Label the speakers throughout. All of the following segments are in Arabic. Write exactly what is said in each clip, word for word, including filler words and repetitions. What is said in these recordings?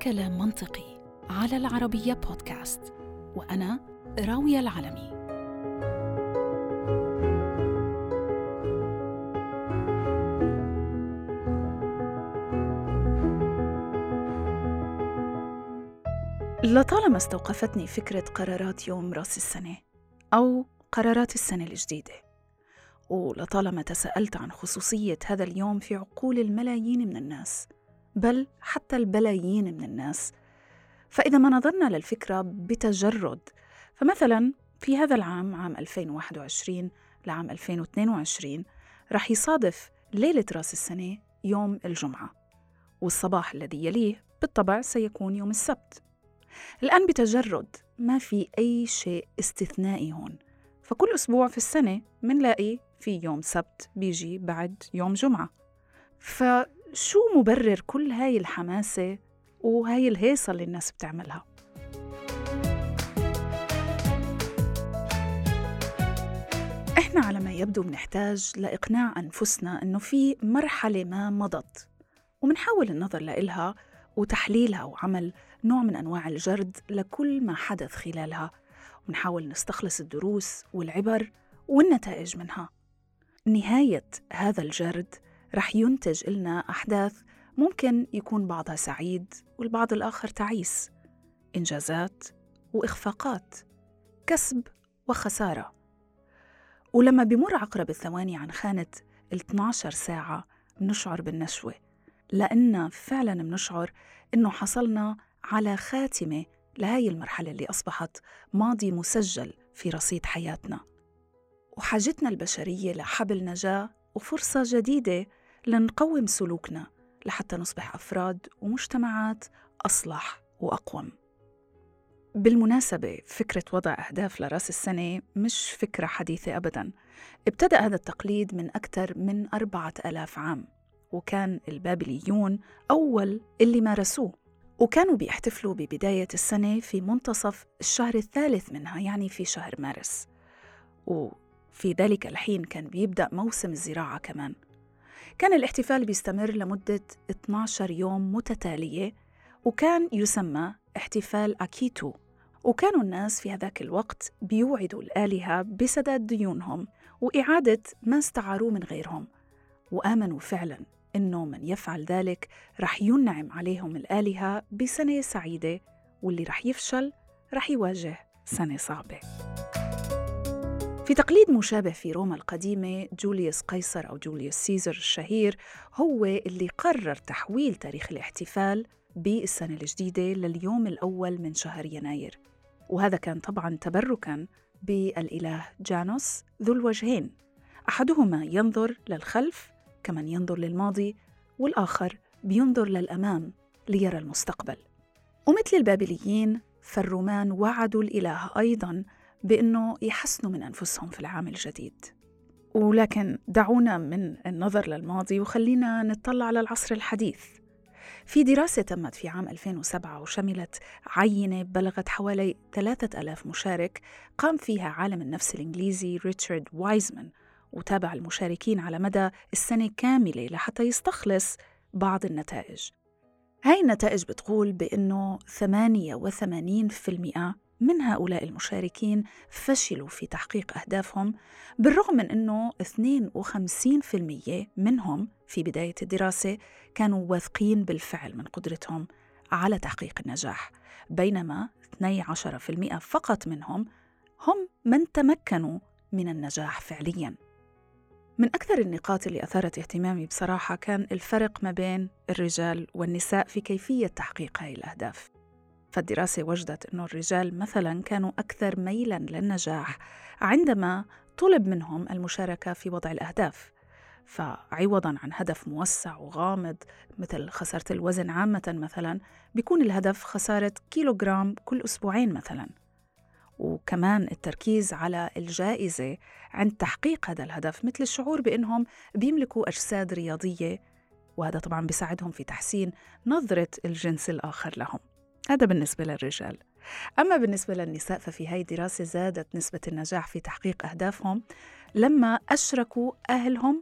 Speaker 1: كلام منطقي على العربية بودكاست، وأنا راوية العلمي. لطالما استوقفتني فكرة قرارات يوم رأس السنة أو قرارات السنة الجديدة، ولطالما تساءلت عن خصوصية هذا اليوم في عقول الملايين من الناس، بل حتى البلايين من الناس. فإذا ما نظرنا للفكرة بتجرد، فمثلا في هذا العام، عام ألفين وواحد وعشرين لعام ألفين واثنين وعشرين، رح يصادف ليلة رأس السنة يوم الجمعة، والصباح الذي يليه بالطبع سيكون يوم السبت. الآن بتجرد ما في أي شيء استثنائي هون، فكل أسبوع في السنة منلاقي في يوم سبت بيجي بعد يوم جمعة. فشو مبرر كل هاي الحماسة وهاي الهيصة اللي الناس بتعملها؟ إحنا على ما يبدو بنحتاج لإقناع أنفسنا إنه في مرحلة ما مضت، ومنحاول النظر لإلها وتحليلها وعمل نوع من أنواع الجرد لكل ما حدث خلالها، ونحاول نستخلص الدروس والعبر والنتائج منها. نهاية هذا الجرد رح ينتج لنا أحداث ممكن يكون بعضها سعيد والبعض الآخر تعيس، إنجازات وإخفاقات، كسب وخسارة. ولما بمر عقرب الثواني عن خانة الاثنى عشر ساعة بنشعر بالنشوة، لأننا فعلاً بنشعر إنه حصلنا على خاتمة لهاي المرحلة اللي أصبحت ماضي مسجل في رصيد حياتنا، وحاجتنا البشرية لحبل نجاة وفرصة جديدة لنقوم سلوكنا لحتى نصبح أفراد ومجتمعات أصلح وأقوم. بالمناسبة، فكرة وضع أهداف لرأس السنة مش فكرة حديثة أبداً. ابتدأ هذا التقليد من أكثر من أربعة آلاف عام، وكان البابليون أول اللي مارسوه، وكانوا بيحتفلوا ببداية السنة في منتصف الشهر الثالث منها، يعني في شهر مارس، وفي ذلك الحين كان بيبدأ موسم الزراعة كمان. كان الاحتفال بيستمر لمدة اثني عشر يوم متتالية، وكان يسمى احتفال أكيتو. وكانوا الناس في هذاك الوقت بيوعدوا الآلهة بسداد ديونهم وإعادة ما استعاروه من غيرهم، وآمنوا فعلاً إنه من يفعل ذلك رح ينعم عليهم الآلهة بسنة سعيدة، واللي رح يفشل رح يواجه سنة صعبة. في تقليد مشابه في روما القديمة، جوليوس قيصر أو جوليوس سيزر الشهير هو اللي قرر تحويل تاريخ الاحتفال بالسنة الجديدة لليوم الأول من شهر يناير، وهذا كان طبعاً تبركاً بالإله جانوس ذو الوجهين، أحدهما ينظر للخلف كمن ينظر للماضي، والآخر بينظر للأمام ليرى المستقبل. ومثل البابليين، فالرومان وعدوا الإله أيضاً بأنه يحسنوا من أنفسهم في العام الجديد. ولكن دعونا من النظر للماضي وخلينا نطلع على العصر الحديث. في دراسة تمت في عام ألفين وسبعة وشملت عينة بلغت حوالي ثلاثة آلاف مشارك، قام فيها عالم النفس الإنجليزي ريتشارد وايزمان، وتابع المشاركين على مدى السنة كاملة لحتى يستخلص بعض النتائج. هاي النتائج بتقول بأنه ثمانية وثمانين بالمئة من هؤلاء المشاركين فشلوا في تحقيق أهدافهم، بالرغم من أنه اثنين وخمسين بالمئة منهم في بداية الدراسة كانوا واثقين بالفعل من قدرتهم على تحقيق النجاح، بينما اثني عشر بالمئة فقط منهم هم من تمكنوا من النجاح فعلياً. من أكثر النقاط اللي أثارت اهتمامي بصراحة كان الفرق ما بين الرجال والنساء في كيفية تحقيق هاي الأهداف. فالدراسة وجدت أنه الرجال مثلاً كانوا أكثر ميلاً للنجاح عندما طلب منهم المشاركة في وضع الأهداف، فعوضاً عن هدف موسع وغامض مثل خسارة الوزن عامة مثلاً، بيكون الهدف خسارة كيلوغرام كل أسبوعين مثلاً. وكمان التركيز على الجائزة عند تحقيق هذا الهدف، مثل الشعور بأنهم بيملكوا أجساد رياضية، وهذا طبعاً بيساعدهم في تحسين نظرة الجنس الآخر لهم. هذا بالنسبة للرجال. أما بالنسبة للنساء، ففي هاي الدراسة زادت نسبة النجاح في تحقيق أهدافهم لما أشركوا أهلهم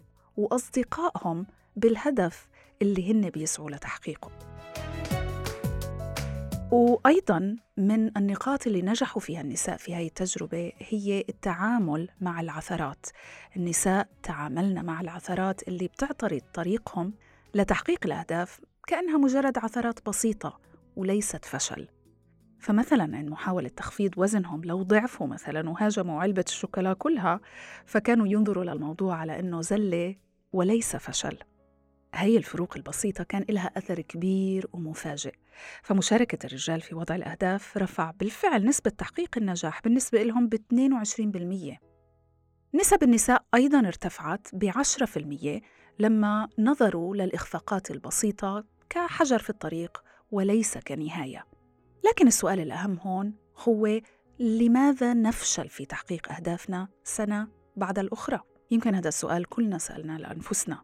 Speaker 1: وأصدقائهم بالهدف اللي هن بيسعوا لتحقيقه. وأيضاً من النقاط اللي نجحوا فيها النساء في هذه التجربة هي التعامل مع العثرات. النساء تعاملنا مع العثرات اللي بتعترض طريقهم لتحقيق الأهداف كأنها مجرد عثرات بسيطة وليست فشل. فمثلاً عند محاولة تخفيض وزنهم لو ضعفوا مثلاً وهاجموا علبة الشوكولا كلها، فكانوا ينظروا للموضوع على أنه زلة وليس فشل. هاي الفروق البسيطة كان لها أثر كبير ومفاجئ. فمشاركة الرجال في وضع الأهداف رفع بالفعل نسبة تحقيق النجاح بالنسبة لهم ب اثنين وعشرين بالمئة. نسب النساء أيضاً ارتفعت ب عشرة بالمئة لما نظروا للإخفاقات البسيطة كحجر في الطريق وليس كنهاية. لكن السؤال الأهم هون هو لماذا نفشل في تحقيق أهدافنا سنة بعد الأخرى؟ يمكن هذا السؤال كلنا سألنا لأنفسنا،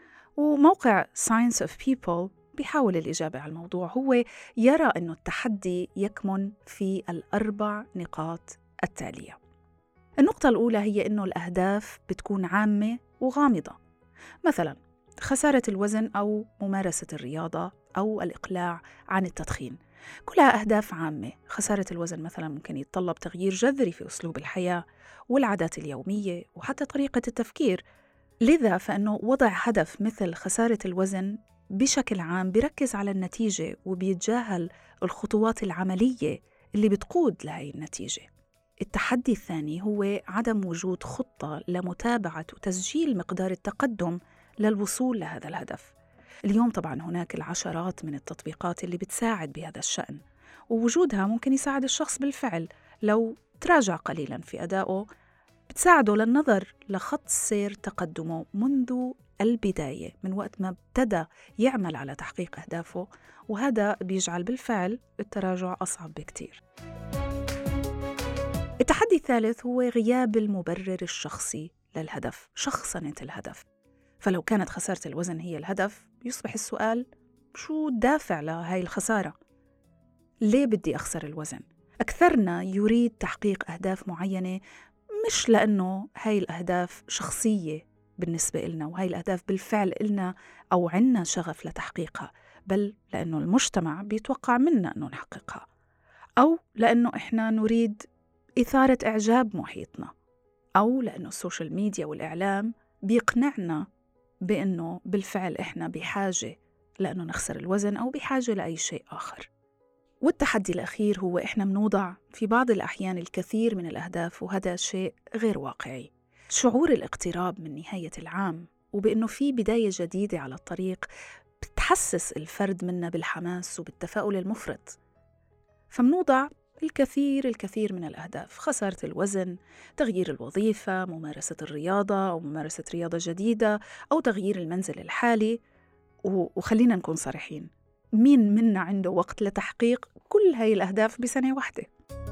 Speaker 1: وموقع Science of People بيحاول الإجابة على الموضوع. هو يرى أن التحدي يكمن في الأربع نقاط التالية. النقطة الأولى هي أنه الأهداف بتكون عامة وغامضة، مثلاً خسارة الوزن أو ممارسة الرياضة أو الإقلاع عن التدخين، كلها أهداف عامة. خسارة الوزن مثلاً ممكن يتطلب تغيير جذري في أسلوب الحياة والعادات اليومية وحتى طريقة التفكير. لذا فإنه وضع هدف مثل خسارة الوزن بشكل عام بيركز على النتيجة وبيتجاهل الخطوات العملية اللي بتقود لهي النتيجة. التحدي الثاني هو عدم وجود خطة لمتابعة وتسجيل مقدار التقدم للوصول لهذا الهدف. اليوم طبعاً هناك العشرات من التطبيقات اللي بتساعد بهذا الشأن، ووجودها ممكن يساعد الشخص بالفعل لو تراجع قليلاً في أدائه، بتساعده للنظر لخط سير تقدمه منذ البداية من وقت ما ابتدى يعمل على تحقيق أهدافه، وهذا بيجعل بالفعل التراجع أصعب بكتير. التحدي الثالث هو غياب المبرر الشخصي للهدف، شخصنة الهدف. فلو كانت خسارة الوزن هي الهدف، يصبح السؤال شو الدافع لهاي الخسارة؟ ليه بدي أخسر الوزن؟ أكثرنا يريد تحقيق أهداف معينة مش لأنه هاي الأهداف شخصية بالنسبة إلنا وهاي الأهداف بالفعل إلنا أو عنا شغف لتحقيقها، بل لأنه المجتمع بيتوقع منا أنه نحققها، أو لأنه إحنا نريد إثارة إعجاب محيطنا، أو لأنه السوشيال ميديا والإعلام بيقنعنا بأنه بالفعل إحنا بحاجة لأنه نخسر الوزن أو بحاجة لأي شيء آخر. والتحدي الأخير هو إحنا منوضع في بعض الأحيان الكثير من الأهداف، وهذا شيء غير واقعي. شعور الاقتراب من نهاية العام وبأنه في بداية جديدة على الطريق بتحسس الفرد منا بالحماس وبالتفاؤل المفرط، فمنوضع الكثير الكثير من الأهداف: خسارة الوزن، تغيير الوظيفة، ممارسة الرياضة أو ممارسة رياضة جديدة، أو تغيير المنزل الحالي. وخلينا نكون صريحين، مين منا عنده وقت لتحقيق كل هاي الأهداف بسنة واحدة؟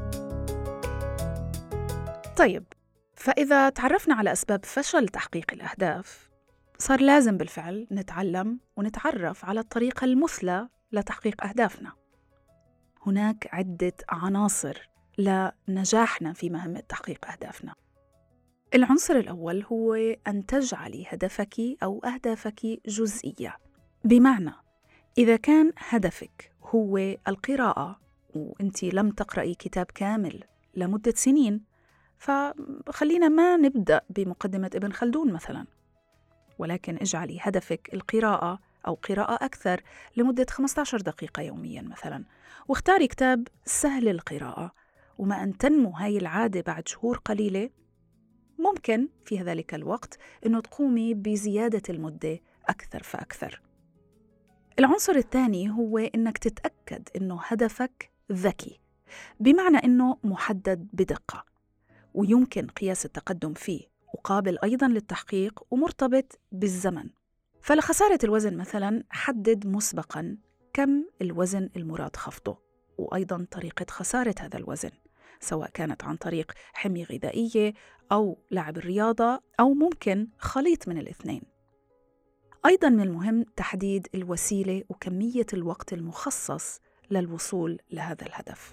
Speaker 1: طيب، فإذا تعرفنا على أسباب فشل تحقيق الأهداف، صار لازم بالفعل نتعلم ونتعرف على الطريقة المثلى لتحقيق أهدافنا. هناك عدة عناصر لنجاحنا في مهمة تحقيق أهدافنا. العنصر الأول هو أن تجعلي هدفك أو أهدافك جزئية، بمعنى إذا كان هدفك هو القراءة وأنت لم تقرأي كتاب كامل لمدة سنين، فخلينا ما نبدأ بمقدمة ابن خلدون مثلا، ولكن اجعلي هدفك القراءة أو قراءة أكثر لمدة خمسة عشر دقيقة يوميا مثلا، واختاري كتاب سهل القراءة. وما أن تنمو هاي العادة بعد شهور قليلة، ممكن في ذلك الوقت أنه تقومي بزيادة المدة أكثر فأكثر. العنصر الثاني هو أنك تتأكد أنه هدفك ذكي، بمعنى أنه محدد بدقة ويمكن قياس التقدم فيه، وقابل أيضاً للتحقيق ومرتبط بالزمن. فلخسارة الوزن مثلاً حدد مسبقاً كم الوزن المراد خفضه، وأيضاً طريقة خسارة هذا الوزن، سواء كانت عن طريق حمية غذائية أو لعب الرياضة أو ممكن خليط من الاثنين. أيضاً من المهم تحديد الوسيلة وكمية الوقت المخصص للوصول لهذا الهدف.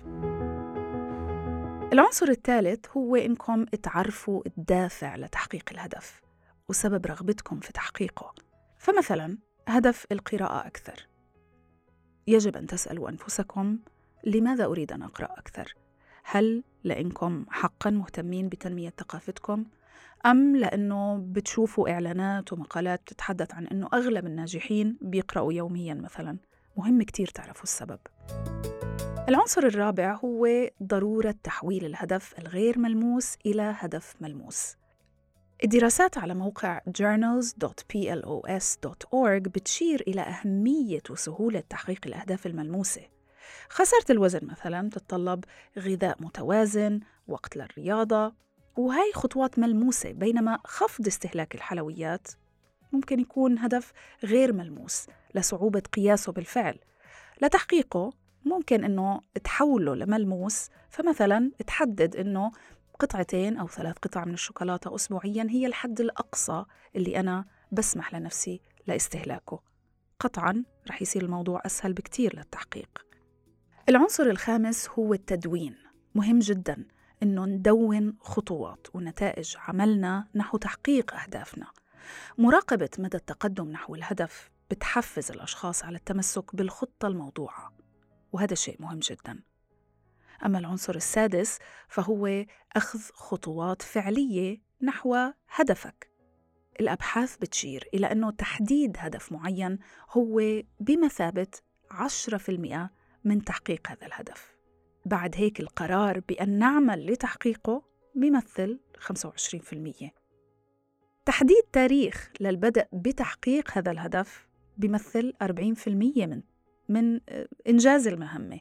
Speaker 1: العنصر الثالث هو إنكم تعرفوا الدافع لتحقيق الهدف وسبب رغبتكم في تحقيقه. فمثلاً هدف القراءة أكثر، يجب أن تسألوا أنفسكم لماذا أريد أن أقرأ أكثر؟ هل لأنكم حقاً مهتمين بتنمية ثقافتكم؟ أم لأنه بتشوفوا إعلانات ومقالات بتتحدث عن أنه أغلب الناجحين بيقرأوا يومياً مثلاً؟ مهم كتير تعرفوا السبب. العنصر الرابع هو ضرورة تحويل الهدف الغير ملموس إلى هدف ملموس. الدراسات على موقع journals دوت بلوس دوت أورج بتشير إلى أهمية وسهولة تحقيق الأهداف الملموسة. خسارة الوزن مثلاً تتطلب غذاء متوازن، وقت للرياضة، وهي خطوات ملموسة، بينما خفض استهلاك الحلويات ممكن يكون هدف غير ملموس لصعوبة قياسه بالفعل. لتحقيقه ممكن إنه تحوله لملموس، فمثلاً تحدد إنه قطعتين أو ثلاث قطع من الشوكولاتة أسبوعياً هي الحد الأقصى اللي أنا بسمح لنفسي لاستهلاكه. قطعاً رح يصير الموضوع أسهل بكتير للتحقيق. العنصر الخامس هو التدوين. مهم جداً إنه ندون خطوات ونتائج عملنا نحو تحقيق أهدافنا. مراقبة مدى التقدم نحو الهدف بتحفز الأشخاص على التمسك بالخطة الموضوعة، وهذا شيء مهم جداً. أما العنصر السادس فهو أخذ خطوات فعلية نحو هدفك. الأبحاث بتشير إلى أنه تحديد هدف معين هو بمثابة عشرة بالمئة من تحقيق هذا الهدف. بعد هيك القرار بأن نعمل لتحقيقه بيمثل خمسة وعشرين بالمئة. تحديد تاريخ للبدء بتحقيق هذا الهدف بيمثل أربعين بالمئة من من إنجاز المهمة،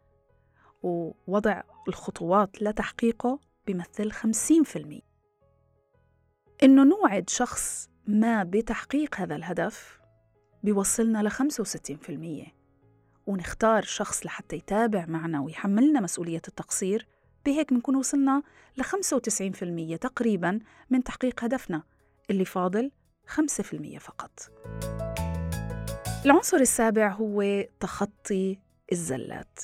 Speaker 1: ووضع الخطوات لتحقيقه بيمثل خمسين بالمئة. إنه نوعد شخص ما بتحقيق هذا الهدف بيوصلنا ل خمسة وستين بالمئة، ونختار شخص لحتى يتابع معنا ويحملنا مسؤولية التقصير، بهيك بنكون وصلنا ل خمسة وتسعين بالمئة تقريباً من تحقيق هدفنا، اللي فاضل خمسة بالمئة فقط. العنصر السابع هو تخطي الزلات.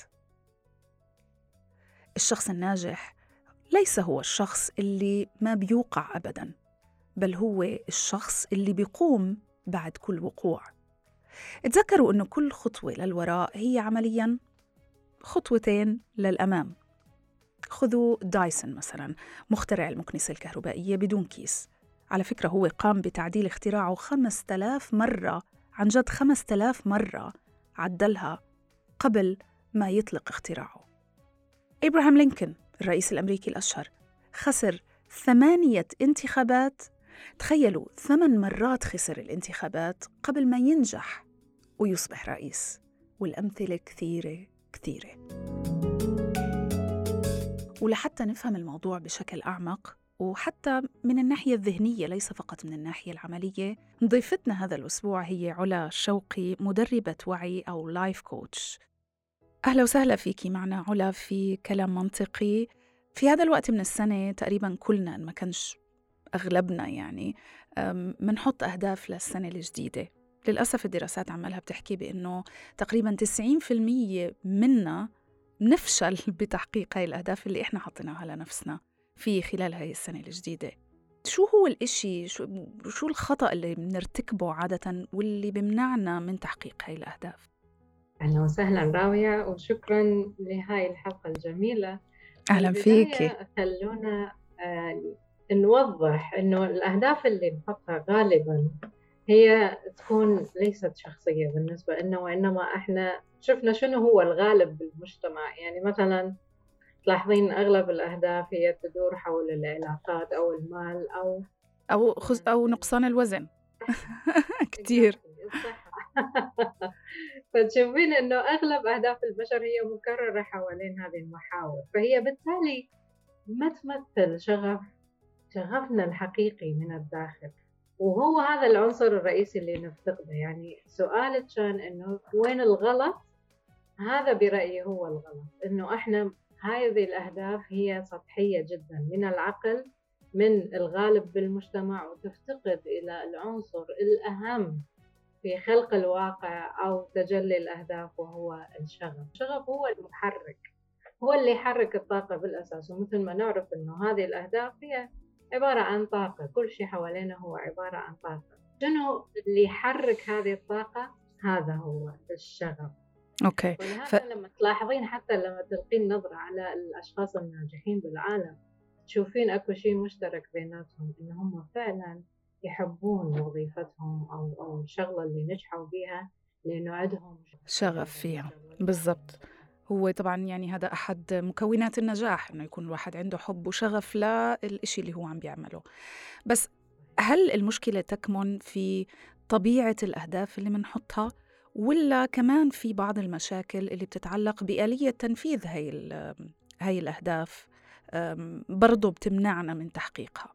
Speaker 1: الشخص الناجح ليس هو الشخص اللي ما بيوقع أبداً، بل هو الشخص اللي بيقوم بعد كل وقوع. اتذكروا أنه كل خطوة للوراء هي عملياً خطوتين للأمام. خذوا دايسون مثلاً، مخترع المكنسة الكهربائية بدون كيس. على فكرة هو قام بتعديل اختراعه خمسة آلاف مرة، عن جد خمسة آلاف مرة عدلها قبل ما يطلق اختراعه. إبراهام لينكولن الرئيس الأمريكي الأشهر خسر ثمانية انتخابات. تخيلوا، ثمان مرات خسر الانتخابات قبل ما ينجح ويصبح رئيس. والأمثلة كثيرة كثيرة. ولحتى نفهم الموضوع بشكل أعمق، وحتى من الناحية الذهنية ليس فقط من الناحية العملية، ضيفتنا هذا الأسبوع هي علا شوقي، مدربة وعي أو لايف كوتش. أهلا وسهلا فيكي معنا علا في كلام منطقي. في هذا الوقت من السنة تقريبا كلنا، إن ما كانش أغلبنا يعني، منحط أهداف للسنة الجديدة. للأسف الدراسات عمالها بتحكي بأنه تقريبا تسعين بالمئة منا نفشل بتحقيق هاي الأهداف اللي إحنا حطيناها لنفسنا في خلال هاي السنة الجديدة. شو هو الإشي، شو, شو الخطأ اللي بنرتكبه عادة واللي بمنعنا من تحقيق هاي الأهداف؟
Speaker 2: أهلا وسهلا راوية، وشكرا لهاي الحلقة الجميلة.
Speaker 1: أهلا فيكي.
Speaker 2: خلونا آه نوضح أنه الأهداف اللي نحطها غالبا هي تكون ليست شخصية بالنسبة لنا، وإنما إحنا شفنا شنو هو الغالب بالمجتمع. يعني مثلا تلاحظين أغلب الأهداف هي تدور حول العلاقات أو المال أو
Speaker 1: أو, خز أو نقصان الوزن. كتير.
Speaker 2: فتشوفين أنه أغلب أهداف البشر هي مكررة حوالين هذه المحاور، فهي بالتالي ما تمثل شغف شغفنا الحقيقي من الداخل، وهو هذا العنصر الرئيسي اللي نفتقده. يعني سؤالك كان أنه وين الغلط؟ هذا برأيي هو الغلط، أنه إحنا هذه الأهداف هي سطحية جدا من العقل، من الغالب بالمجتمع، وتفتقد إلى العنصر الأهم في خلق الواقع أو تجلي الأهداف، وهو الشغف. الشغف هو المحرك، هو اللي يحرك الطاقة بالأساس. ومثل ما نعرف أنه هذه الأهداف هي عبارة عن طاقة، كل شيء حوالينا هو عبارة عن طاقة. شنو اللي يحرك هذه الطاقة؟ هذا هو الشغف.
Speaker 1: أوكي. ف...
Speaker 2: ولهذا لما تلاحظين حتى لما تلقين نظرة على الأشخاص الناجحين بالعالم تشوفين أكو شيء مشترك بيناتهم، إن هم فعلا يحبون وظيفتهم أو أو الشغلة اللي نجحوا بيها، لأنه عندهم
Speaker 1: شغف فيها. بالضبط. هو طبعا يعني هذا أحد مكونات النجاح، إنه يكون الواحد عنده حب وشغف للإشي اللي هو عم بيعمله. بس هل المشكلة تكمن في طبيعة الأهداف اللي منحطها، ولا كمان في بعض المشاكل اللي بتتعلق بآلية تنفيذ هاي, هاي الأهداف برضو بتمنعنا من تحقيقها؟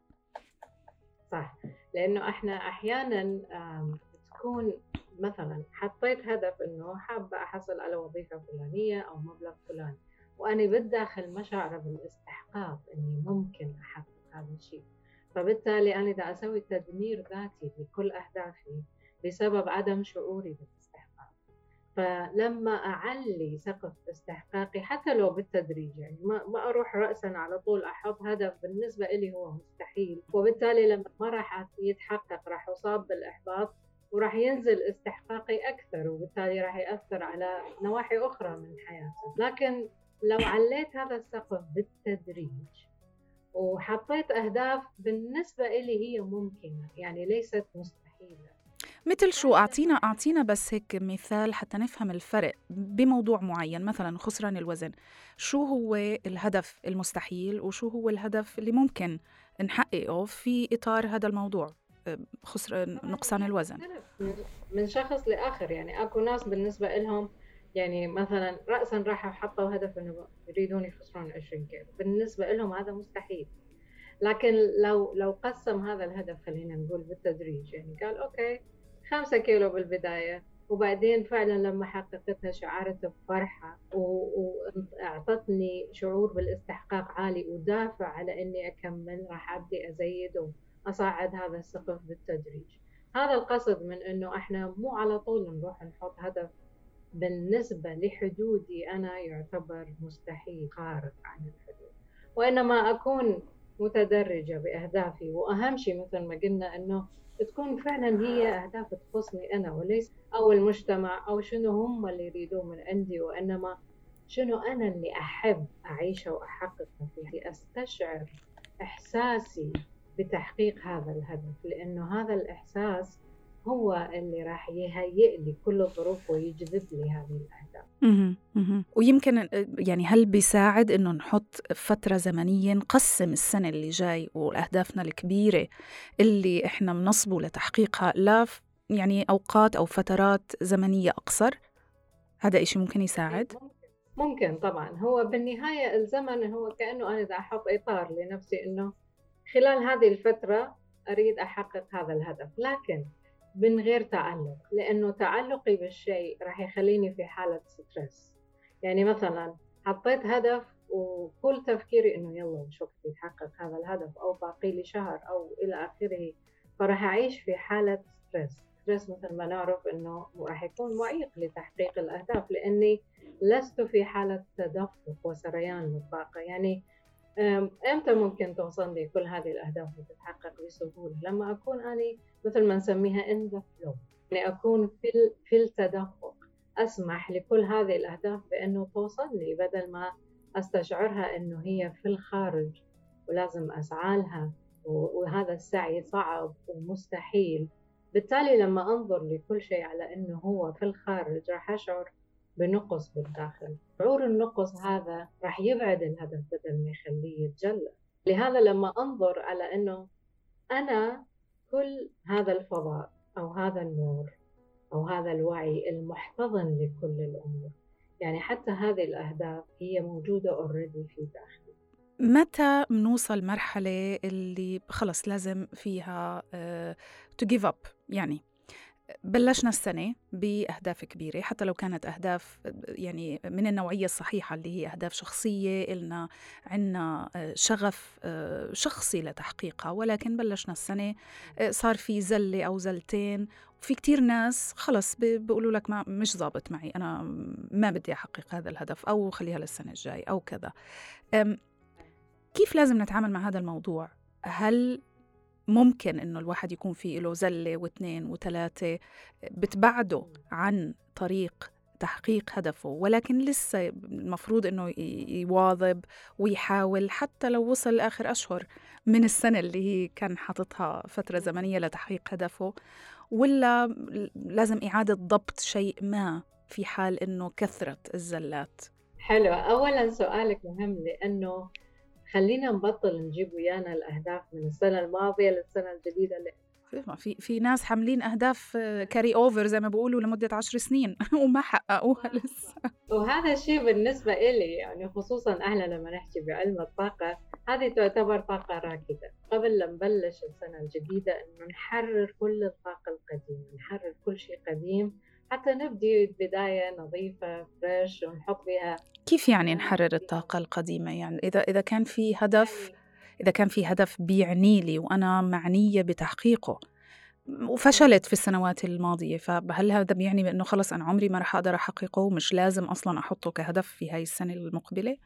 Speaker 2: صح، لأنه إحنا أحياناً تكون مثلاً حطيت هدف إنه حابة أحصل على وظيفة فلانية أو مبلغ فلاني، وأنا بالداخل مشاعر بالاستحقاق إني ممكن أحقق هذا الشيء، فبالتالي أنا دا أسوي تدمير ذاتي لكل أهدافي بسبب عدم شعوري بالاستحقاق. فلما أعلي سقف استحقاقي حتى لو بالتدريج، يعني ما, ما أروح رأسا على طول أحط هدف بالنسبة إلي هو مستحيل، وبالتالي لما ما راح يتحقق راح أصاب بالإحباط وراح ينزل استحقاقي أكثر، وبالتالي راح يأثر على نواحي أخرى من حياتي. لكن لو عليت هذا السقف بالتدريج وحطيت أهداف بالنسبة إلي هي ممكنة، يعني ليست مستحيلة.
Speaker 1: مثل شو؟ أعطينا أعطينا بس هيك مثال حتى نفهم الفرق بموضوع معين، مثلا خسران الوزن. شو هو الهدف المستحيل وشو هو الهدف اللي ممكن نحققه في إطار هذا الموضوع، خسر نقصان الوزن؟
Speaker 2: من شخص لآخر، يعني أكو ناس بالنسبة لهم يعني مثلا رأسا راح حطوا هدف إنه يريدون يخسرون عشرين كيلو، بالنسبة لهم هذا مستحيل. لكن لو لو قسم هذا الهدف خلينا نقول بالتدريج، يعني قال أوكي خمسة كيلو بالبداية، وبعدين فعلا لما حققتها شعرت بفرحة وأعطتني شعور بالاستحقاق عالي ودافع على إني أكمل، راح أبدي أزيد وأصعد هذا السقف بالتدريج. هذا القصد من إنه إحنا مو على طول نروح نحط هدف بالنسبة لحدودي أنا يعتبر مستحيل خارق عن الحدود، وإنما أكون متدرجة بأهدافي، وأهم شيء مثل ما قلنا إنه تكون فعلا هي أهداف تخصني أنا وليس أو المجتمع أو شنو هم اللي يريدوه من عندي، وإنما شنو أنا اللي أحب أعيشه وأحققه فيه، أستشعر إحساسي بتحقيق هذا الهدف، لأنه هذا الإحساس هو اللي راح يهيئ لي كل الظروف ويجذب لي هذه الأهداف.
Speaker 1: ويمكن يعني هل بيساعد إنه نحط فترة زمنية نقسم السنة اللي جاي وأهدافنا الكبيرة اللي إحنا منصبه لتحقيقها لا يعني أوقات أو فترات زمنية أقصر؟ هذا إشي ممكن يساعد؟
Speaker 2: ممكن طبعا. هو بالنهاية الزمن هو كأنه أنا دا أحط إطار لنفسي إنه خلال هذه الفترة أريد أحقق هذا الهدف، لكن من غير تعلق، لأنه تعلقي بالشيء راح يخليني في حالة ستريس. يعني مثلا حطيت هدف وكل تفكيري إنه يلا مش وقت يتحقق هذا الهدف أو باقي لي شهر أو إلى آخره، فراح أعيش في حالة ستريس. ستريس مثل ما نعرف إنه راح يكون معيق لتحقيق الأهداف، لأني لست في حالة تدفق وسريان للطاقة. يعني امتى ممكن توصل لي كل هذه الاهداف وتتحقق بسهوله؟ لما اكون اني مثل ما نسميها in the flow، يعني اكون في في التدفق، اسمح لكل هذه الاهداف بانه توصل لي بدل ما استشعرها انه هي في الخارج ولازم اسعى لها وهذا السعي صعب ومستحيل. بالتالي لما انظر لكل شيء على انه هو في الخارج راح اشعر بنقص بالداخل. شعور النقص هذا راح يبعد الهدف بدل ما يخليه يتجلى. لهذا لما أنظر على أنه أنا كل هذا الفضاء أو هذا النور أو هذا الوعي المحتضن لكل الأمور، يعني حتى هذه الأهداف هي موجودة already في داخلي.
Speaker 1: متى منوصل مرحلة اللي خلص لازم فيها uh, to give up؟ يعني بلشنا السنة بأهداف كبيرة، حتى لو كانت أهداف يعني من النوعية الصحيحة اللي هي أهداف شخصية إلنا عنا شغف شخصي لتحقيقها، ولكن بلشنا السنة صار في زلة أو زلتين، وفي كتير ناس خلص بيقولوا لك ما مش ضابط معي، أنا ما بدي أحقق هذا الهدف أو خليها للسنة الجاي أو كذا. كيف لازم نتعامل مع هذا الموضوع؟ هل ممكن إنه الواحد يكون فيه له زلة واثنين وثلاثة بتبعده عن طريق تحقيق هدفه، ولكن لسه المفروض أنه يواظب ويحاول حتى لو وصل آخر أشهر من السنة اللي هي كان حاططها فترة زمنية لتحقيق هدفه، ولا لازم إعادة ضبط شيء ما في حال أنه كثرت الزلات؟
Speaker 2: حلو. أولا سؤالك مهم، لأنه خلينا نبطل نجيب ويانا الأهداف من السنة الماضية للسنة الجديدة.
Speaker 1: في في ناس حاملين أهداف كاري أوفر زي ما بيقولوا لمدة عشر سنين وما حققوها لسه.
Speaker 2: وهذا الشيء بالنسبة إلي يعني خصوصا أهلا لما نحكي بعلم الطاقة، هذه تعتبر طاقة راكدة. قبل لا نبلش السنة الجديدة إنه نحرر كل الطاقة القديمة، نحرر كل شيء قديم حتى نبدي بداية نظيفة فريش ونحط فيها.
Speaker 1: كيف يعني نحرر الطاقة القديمة؟ يعني إذا إذا كان في هدف إذا كان في هدف بيعني لي وأنا معنية بتحقيقه وفشلت في السنوات الماضية، فهل هذا بيعني بأنه خلص أنا عمري ما رح أقدر أحققه ومش لازم أصلاً أحطه كهدف في هاي السنة المقبلة؟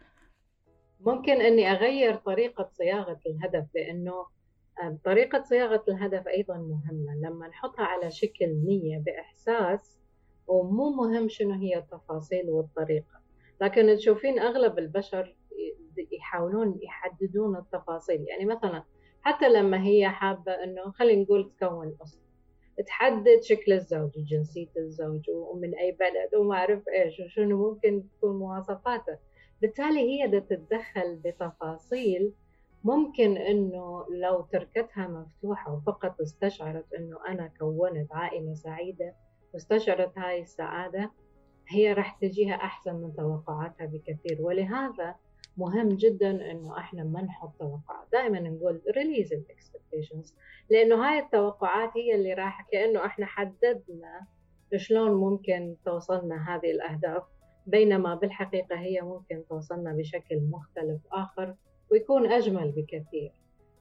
Speaker 2: ممكن أني أغير طريقة صياغة الهدف، لأنه طريقة صياغة الهدف أيضاً مهمة. لما نحطها على شكل نية بإحساس، ومو مهم شنو هي التفاصيل والطريقة، لكن تشوفين أغلب البشر يحاولون يحددون التفاصيل. يعني مثلا حتى لما هي حابة أنه خلينا نقول تكون أسرة، تحدد شكل الزوج وجنسية الزوج ومن أي بلد وما أعرف إيش وشنو ممكن تكون مواصفاته. بالتالي هي دا تتدخل بتفاصيل ممكن أنه لو تركتها مفتوحة وفقط استشعرت أنه أنا كونت عائلة سعيدة واستشعرت هاي السعادة، هي راح تجيها أحسن من توقعاتها بكثير. ولهذا مهم جدا أنه إحنا ما نحط توقعات، دائما نقول release the expectations، لأنه هاي التوقعات هي اللي راح كأنه إحنا حددنا شلون ممكن توصلنا هذه الأهداف، بينما بالحقيقة هي ممكن توصلنا بشكل مختلف آخر ويكون أجمل بكثير.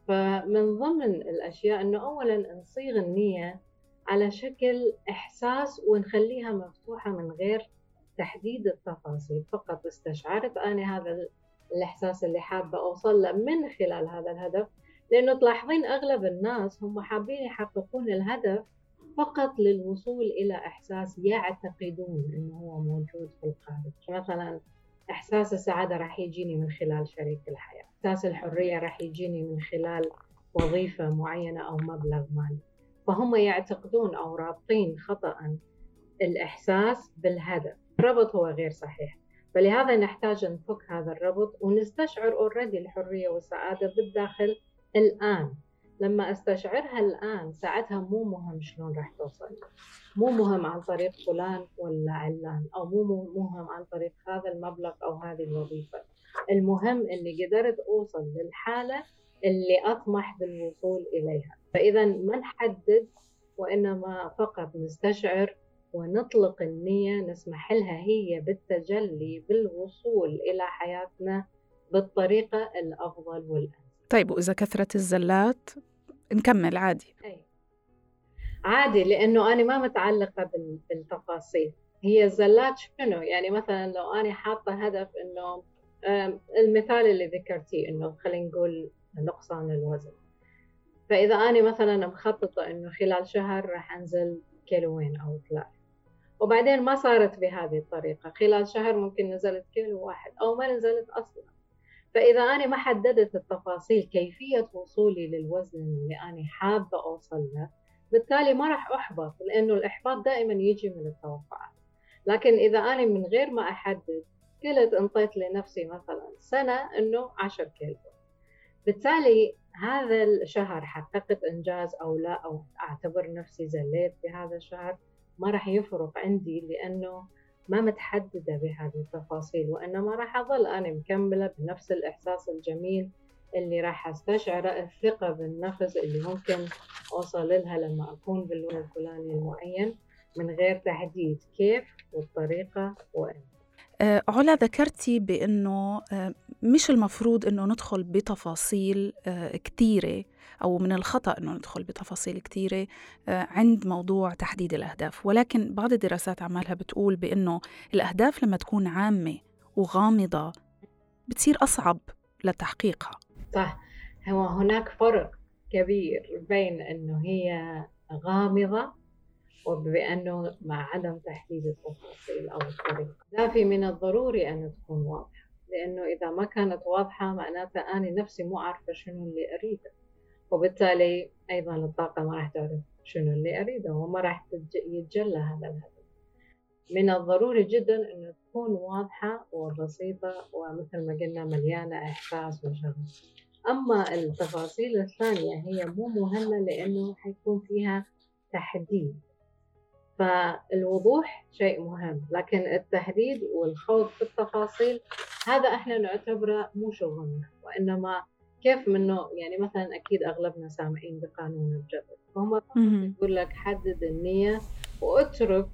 Speaker 2: فمن ضمن الأشياء أنه أولا نصيغ النية على شكل إحساس ونخليها مفتوحة من غير تحديد التفاصيل، فقط استشعرت أنا هذا الإحساس اللي حابة أوصل له من خلال هذا الهدف. لأنه تلاحظين أغلب الناس هم حابين يحققون الهدف فقط للوصول إلى إحساس يعتقدون أنه هو موجود في الخارج. مثلا إحساس السعادة راح يجيني من خلال شريك الحياة، إحساس الحرية راح يجيني من خلال وظيفة معينة أو مبلغ مالي. فهم يعتقدون أو رابطين خطأ الإحساس بالهدف، الربط هو غير صحيح. فلهذا نحتاج نفك هذا الربط ونستشعر أوريدي الحرية والسعادة بالداخل الآن. لما استشعرها الآن ساعتها مو مهم شلون راح توصل، مو مهم عن طريق فلان ولا علان، أو مو مهم عن طريق هذا المبلغ أو هذه الوظيفة. المهم أني قدرت أوصل للحالة اللي أطمح بالوصول إليها. فإذا ما نحدد وإنما فقط نستشعر ونطلق النية، نسمح لها هي بالتجلي بالوصول إلى حياتنا بالطريقة الأفضل والأنسب.
Speaker 1: طيب وإذا كثرت الزلات نكمل عادي؟
Speaker 2: أي عادي، لأنه أنا ما متعلقة بالتفاصيل. هي الزلات شنو؟ يعني مثلا لو أنا حاطة هدف إنه المثال اللي ذكرتيه إنه خلينا نقول نقصان الوزن، فإذا أنا مثلا مخططة إنه خلال شهر راح أنزل كيلوين أو ثلاثة، وبعدين ما صارت بهذه الطريقة، خلال شهر ممكن نزلت كيلو واحد أو ما نزلت أصلا. فإذا أنا ما حددت التفاصيل كيفية وصولي للوزن اللي أنا حابة أوصل له، بالتالي ما راح أحبط، لأنه الإحباط دائما يجي من التوقعات. لكن إذا أنا من غير ما أحدد قلت انطيت لنفسي مثلا سنة إنه عشر كيلو، بالتالي هذا الشهر حققت إنجاز أو لا، أو أعتبر نفسي زليت بهذا الشهر، ما راح يفرق عندي، لأنه ما متحددة بهذه التفاصيل، وإنما راح أظل أنا مكملة بنفس الإحساس الجميل اللي راح أستشعر، الثقة بالنفس اللي ممكن أوصل لها لما أكون باللون الفلاني المعين من غير تحديد كيف والطريقة وإن.
Speaker 1: آه علا، ذكرتي بأنه آه مش المفروض أنه ندخل بتفاصيل آه كتيرة، أو من الخطأ أنه ندخل بتفاصيل كتيرة آه عند موضوع تحديد الأهداف، ولكن بعض الدراسات عمالها بتقول بأنه الأهداف لما تكون عامة وغامضة بتصير أصعب لتحقيقها.
Speaker 2: صح، هو هناك فرق كبير بين أنه هي غامضة وبأنه مع عدم تحديد التفاصيل أو الطريقة. في من الضروري أن تكون واضحة، لأنه إذا ما كانت واضحة معناتها أنا نفسي مو عارفة شنو اللي أريده، وبالتالي أيضا الطاقة ما راح تعرف شنو اللي أريده وما راح يتجلى هذا الهدف. من الضروري جدا أن تكون واضحة وبسيطة، ومثل ما قلنا مليانة إحساس وشغف. أما التفاصيل الثانية هي مو مهمة لأنه حيكون فيها تحديد، فالوضوح شيء مهم، لكن التحديد والخوض في التفاصيل هذا احنا نعتبره مو شغلنا، وإنما كيف منه. يعني مثلا أكيد أغلبنا سامعين بقانون الجذب، فهم يقول لك حدد النية واترك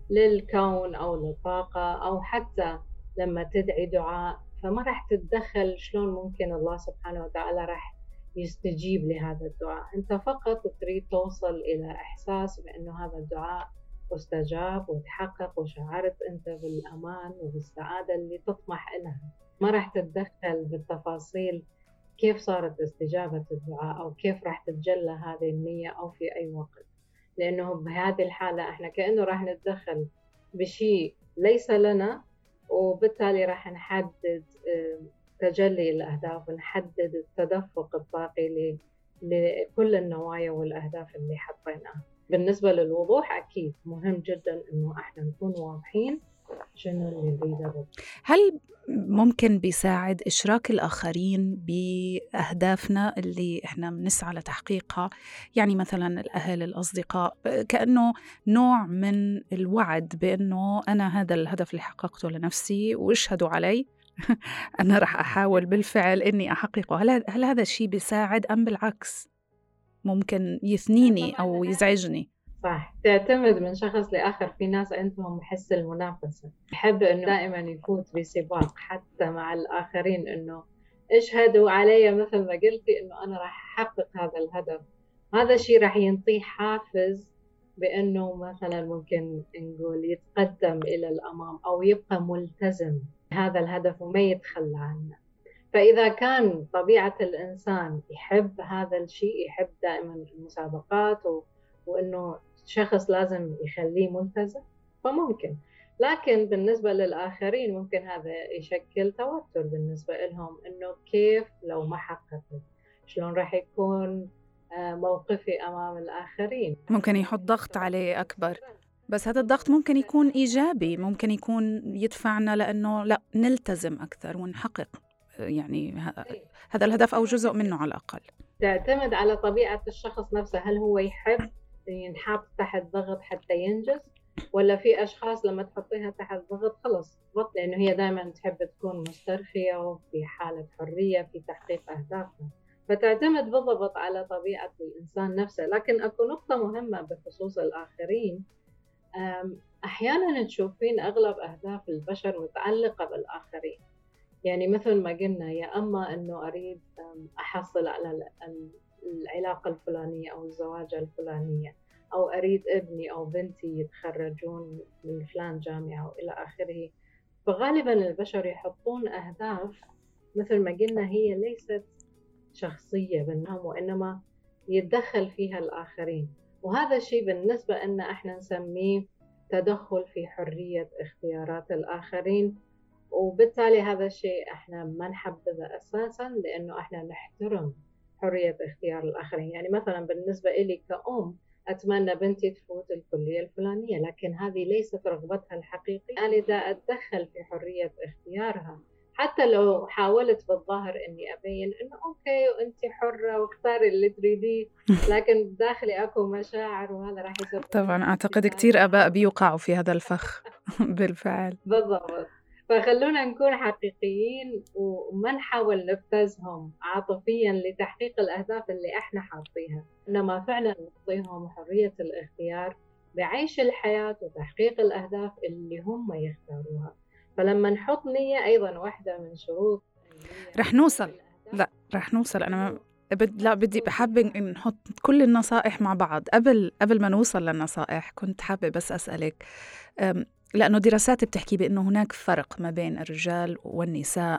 Speaker 2: للكون أو للطاقة، أو حتى لما تدعي دعاء فما راح تتدخل شلون ممكن الله سبحانه وتعالى راح يستجيب لهذا الدعاء. أنت فقط تريد توصل إلى إحساس بأنه هذا الدعاء واستجاب وتحقق، وشعرت أنت بالأمان وبالسعادة اللي تطمح إلها. ما راح تتدخل بالتفاصيل كيف صارت استجابة الدعاء أو كيف راح تتجلى هذه النية أو في أي وقت، لأنه بهذه الحالة إحنا كأنه راح نتدخل بشيء ليس لنا، وبالتالي راح نحدد تجلي الأهداف ونحدد التدفق الطاقي لكل النوايا والأهداف اللي حطيناها. بالنسبة للوضوح أكيد مهم جدا إنه إحنا نكون واضحين شنو اللي نريده.
Speaker 1: هل ممكن بيساعد إشراك الآخرين بأهدافنا اللي إحنا بنسعى لتحقيقها؟ يعني مثلا الأهل، الأصدقاء، كأنه نوع من الوعد بأنه أنا هذا الهدف اللي حققته لنفسي واشهدوا علي أنا رح أحاول بالفعل إني أحققه. هل, هل هذا الشيء بيساعد أم بالعكس ممكن يثنيني أو يزعجني؟
Speaker 2: صح، تعتمد من شخص لآخر. في ناس عندهم حس المنافسة، يحب إنه دائما يفوت بسباق حتى مع الآخرين، إنه اشهدوا علي مثل ما قلتي إنه أنا راح أحقق هذا الهدف. هذا الشيء راح ينطيه حافز بأنه مثلا ممكن نقول يتقدم إلى الأمام أو يبقى ملتزم هذا الهدف وما يتخلى عنه. فإذا كان طبيعة الإنسان يحب هذا الشيء، يحب دائما المسابقات و... وإنه شخص لازم يخليه ملتزم، فممكن. لكن بالنسبة للآخرين ممكن هذا يشكل توتر بالنسبة لهم، إنه كيف لو ما حققت، شلون راح يكون موقفي أمام الآخرين.
Speaker 1: ممكن يحط ضغط عليه أكبر، بس هذا الضغط ممكن يكون إيجابي، ممكن يكون يدفعنا لأنه لا نلتزم أكثر ونحقق يعني هذا الهدف أو جزء منه على الأقل.
Speaker 2: تعتمد على طبيعة الشخص نفسه، هل هو يحب ينحط تحت ضغط حتى ينجز، ولا في أشخاص لما تحطيها تحت ضغط خلص ضغط، لأنه هي دائما تحب تكون مسترخية وفي حالة حرية في تحقيق أهدافها. فتعتمد بالضبط على طبيعة الإنسان نفسه. لكن أكو نقطة مهمة بخصوص الآخرين، أحيانا تشوفين أغلب أهداف البشر متعلقة بالآخرين. يعني مثل ما قلنا، يا أما أنه أريد أحصل على العلاقة الفلانية أو الزواج الفلانية، أو أريد ابني أو بنتي يتخرجون من فلان جامعة وإلى آخره. فغالبا البشر يحطون أهداف مثل ما قلنا هي ليست شخصية بالنهم، وإنما يتدخل فيها الآخرين. وهذا الشيء بالنسبة لنا إحنا نسميه تدخل في حرية اختيارات الآخرين، وبالتالي هذا الشيء احنا ما نحبذه اساسا، لانه احنا نحترم حرية اختيار الاخرين. يعني مثلا بالنسبة لي كأم اتمنى بنتي تفوت الكلية الفلانية، لكن هذه ليست رغبتها الحقيقية. انا اذا اتدخل في حرية اختيارها، حتى لو حاولت بالظاهر اني ابين انه اوكي وانت حرة واختاري اللي تريديه، لكن داخلي اكو مشاعر، وهذا راح يصير.
Speaker 1: طبعا اعتقد كثير اباء بيوقعوا في هذا الفخ بالفعل.
Speaker 2: بالضبط. فخلونا نكون حقيقيين وما نحاول نبتزهم عاطفيا لتحقيق الأهداف اللي احنا حاطيها، إنما فعلا نعطيهم حرية الاختيار بعيش الحياة وتحقيق الأهداف اللي هم يختاروها. فلما نحط نية، أيضا واحدة من شروط
Speaker 1: رح نوصل. لا رح نوصل. أنا بد... لا بدي بحب نحط كل النصائح مع بعض. قبل قبل ما نوصل للنصائح كنت حابة بس أسألك، أم... لأنه دراسات بتحكي بأنه هناك فرق ما بين الرجال والنساء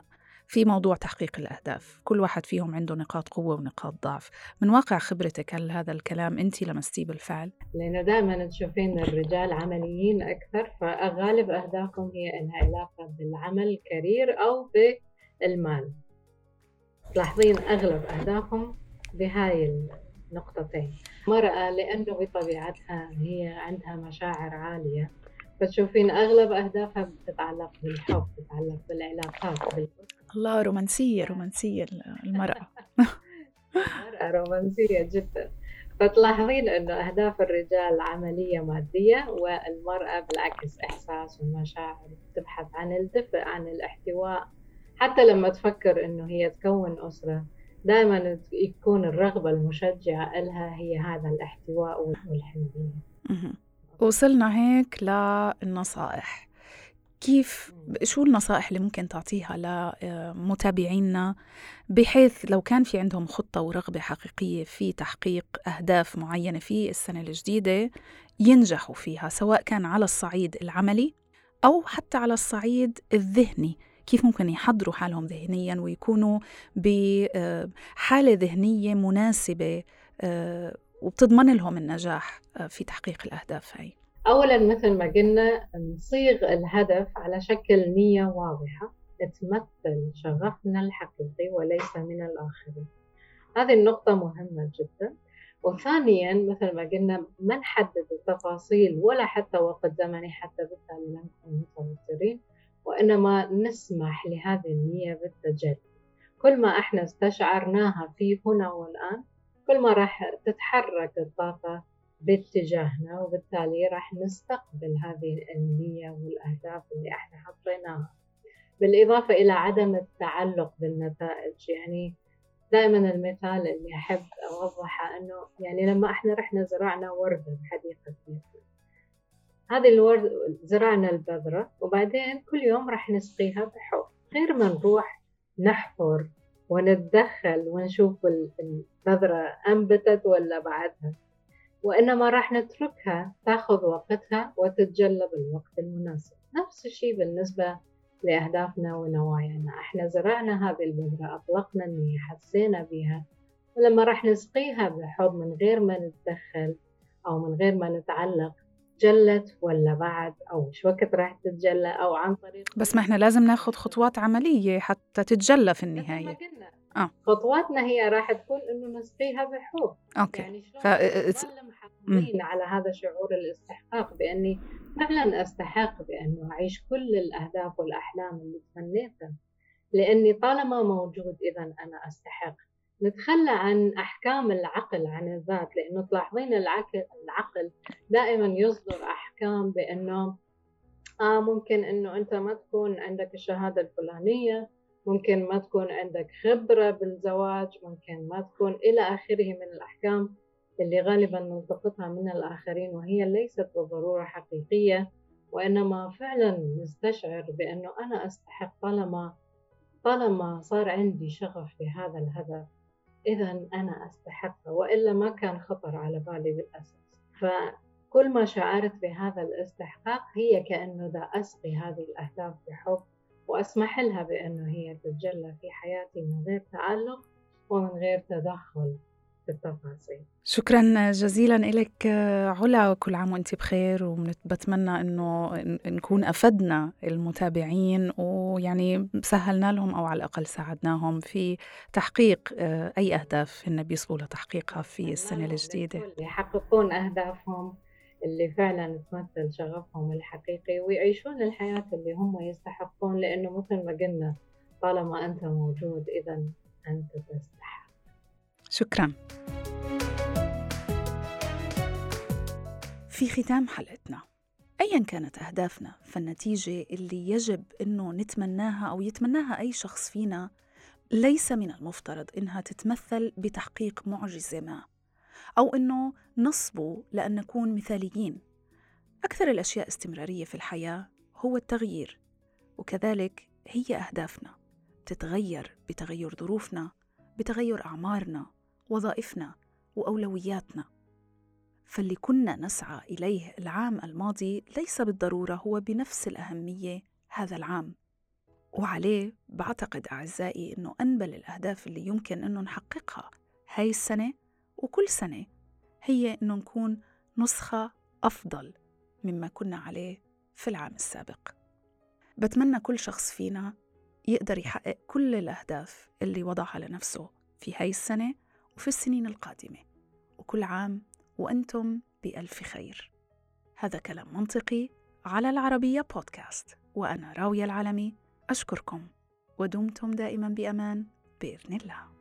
Speaker 1: في موضوع تحقيق الأهداف. كل واحد فيهم عنده نقاط قوة ونقاط ضعف. من واقع خبرتك، هل هذا الكلام أنت لمستيه بالفعل؟
Speaker 2: لأنه دائما تشوفين الرجال عمليين أكثر، فغالب أهدافهم هي إنها علاقة بالعمل كارير أو بالمال. تلاحظين أغلب أهدافهم بهاي النقطتين. المرأة لأنه بطبيعتها هي عندها مشاعر عالية، فتشوفين أغلب أهدافها بتتعلق بالحب، بتتعلق بالعلاقات بال...
Speaker 1: الله، رومانسية رومانسية المرأة.
Speaker 2: المرأة رومانسية جدا. فتلاحظين أنه أهداف الرجال عملية مادية، والمرأة بالعكس إحساس ومشاعر، تبحث عن الدفء، عن الاحتواء. حتى لما تفكر أنه هي تكون أسرة، دائما يكون الرغبة المشجعة لها هي هذا الاحتواء والحنية.
Speaker 1: وصلنا هيك للنصائح. كيف، شو النصائح اللي ممكن تعطيها لمتابعينا بحيث لو كان في عندهم خطة ورغبة حقيقية في تحقيق أهداف معينة في السنة الجديدة ينجحوا فيها، سواء كان على الصعيد العملي أو حتى على الصعيد الذهني؟ كيف ممكن يحضروا حالهم ذهنياً ويكونوا بحالة ذهنية مناسبة وبتضمن لهم النجاح في تحقيق الأهداف هاي؟
Speaker 2: أولاً مثل ما قلنا، نصيغ الهدف على شكل نية واضحة تمثل شغفنا الحقيقي وليس من الآخرين. هذه النقطة مهمة جداً. وثانياً مثل ما قلنا، ما نحدد التفاصيل ولا حتى وقت زمني حتى بالتالي لا نكون متوترين، وإنما نسمح لهذه النية بالتجلي. كل ما احنا استشعرناها في هنا والآن، كل ما راح تتحرك الطاقة باتجاهنا، وبالتالي راح نستقبل هذه النية والأهداف اللي احنا حطيناها. بالإضافة إلى عدم التعلق بالنتائج. يعني دائما المثال اللي أحب أوضحه أنه يعني لما احنا رحنا زرعنا وردة بحديقة بيتنا، هذه الورد زرعنا البذرة وبعدين كل يوم راح نسقيها بحب، غير ما نروح نحفر ونتدخل ونشوف البذرة أنبتت ولا بعدها، وإنما راح نتركها تأخذ وقتها وتتجلى بالوقت المناسب. نفس الشيء بالنسبة لأهدافنا ونوايانا. احنا زرعنا هذه البذرة، أطلقنا النية، حسينا بها، ولما راح نسقيها بحب من غير ما نتدخل أو من غير ما نتعلق، جلت ولا بعد، أو شو وقت راح تتجلى، أو عن طريق.
Speaker 1: بس ما احنا لازم ناخد خطوات عملية حتى تتجلى في النهاية.
Speaker 2: آه. خطواتنا هي راح تكون إنه نسقيها بحب.
Speaker 1: أوكي.
Speaker 2: يعني شلون
Speaker 1: ف...
Speaker 2: نظل محافظين على هذا شعور الاستحقاق، بأني فعلا أستحق بأنه أعيش كل الأهداف والأحلام اللي تمنيتها، لأني طالما موجود إذا أنا أستحق. نتخلى عن أحكام العقل عن الذات، لأنه تلاحظين العقل العقل دائما يصدر أحكام بأنه آه ممكن أنه أنت ما تكون عندك الشهادة الفلانية، ممكن ما تكون عندك خبرة بالزواج، ممكن ما تكون إلى آخره من الأحكام اللي غالبا نلتقطها من الآخرين، وهي ليست بالضرورة حقيقية، وإنما فعلا نستشعر بأنه أنا أستحق طالما طالما صار عندي شغف بهذا الهدف، إذا أنا أستحق، وإلا ما كان خطر على بالي بالأساس. فكل ما شعرت بهذا الاستحقاق هي كأنه دا أسقي هذه الأهداف بحب، وأسمح لها بأنه هي تتجلى في حياتي من غير تعلق ومن غير تدخل في التفاصيل.
Speaker 1: شكرا جزيلا لك علا، وكل عام وانت بخير، وبتمنى انه نكون افدنا المتابعين ويعني سهلنا لهم او على الاقل ساعدناهم في تحقيق اي اهداف هن بيصبوا لتحقيقها في السنه الجديده،
Speaker 2: يحققون اهدافهم اللي فعلا تمثل شغفهم الحقيقي، ويعيشون الحياه اللي هم يستحقون، لانه مثل ما قلنا طالما انت موجود اذا انت تستحق.
Speaker 1: شكرا. في ختام حلقتنا، أياً كانت أهدافنا، فالنتيجة اللي يجب أنه نتمناها أو يتمناها أي شخص فينا ليس من المفترض أنها تتمثل بتحقيق معجزة ما، أو أنه نصبو لأن نكون مثاليين. أكثر الأشياء استمرارية في الحياة هو التغيير، وكذلك هي أهدافنا تتغير بتغير ظروفنا، بتغير أعمارنا، وظائفنا، وأولوياتنا. فاللي كنا نسعى إليه العام الماضي ليس بالضرورة هو بنفس الأهمية هذا العام. وعليه بعتقد أعزائي أنه أنبل الأهداف اللي يمكن أنه نحققها هاي السنة وكل سنة هي أنه نكون نسخة أفضل مما كنا عليه في العام السابق. بتمنى كل شخص فينا يقدر يحقق كل الأهداف اللي وضعها لنفسه في هاي السنة وفي السنين القادمة، وكل عام وأنتم بألف خير. هذا كلام منطقي على العربية بودكاست، وأنا راوية العلمي أشكركم ودمتم دائما بأمان بإذن الله.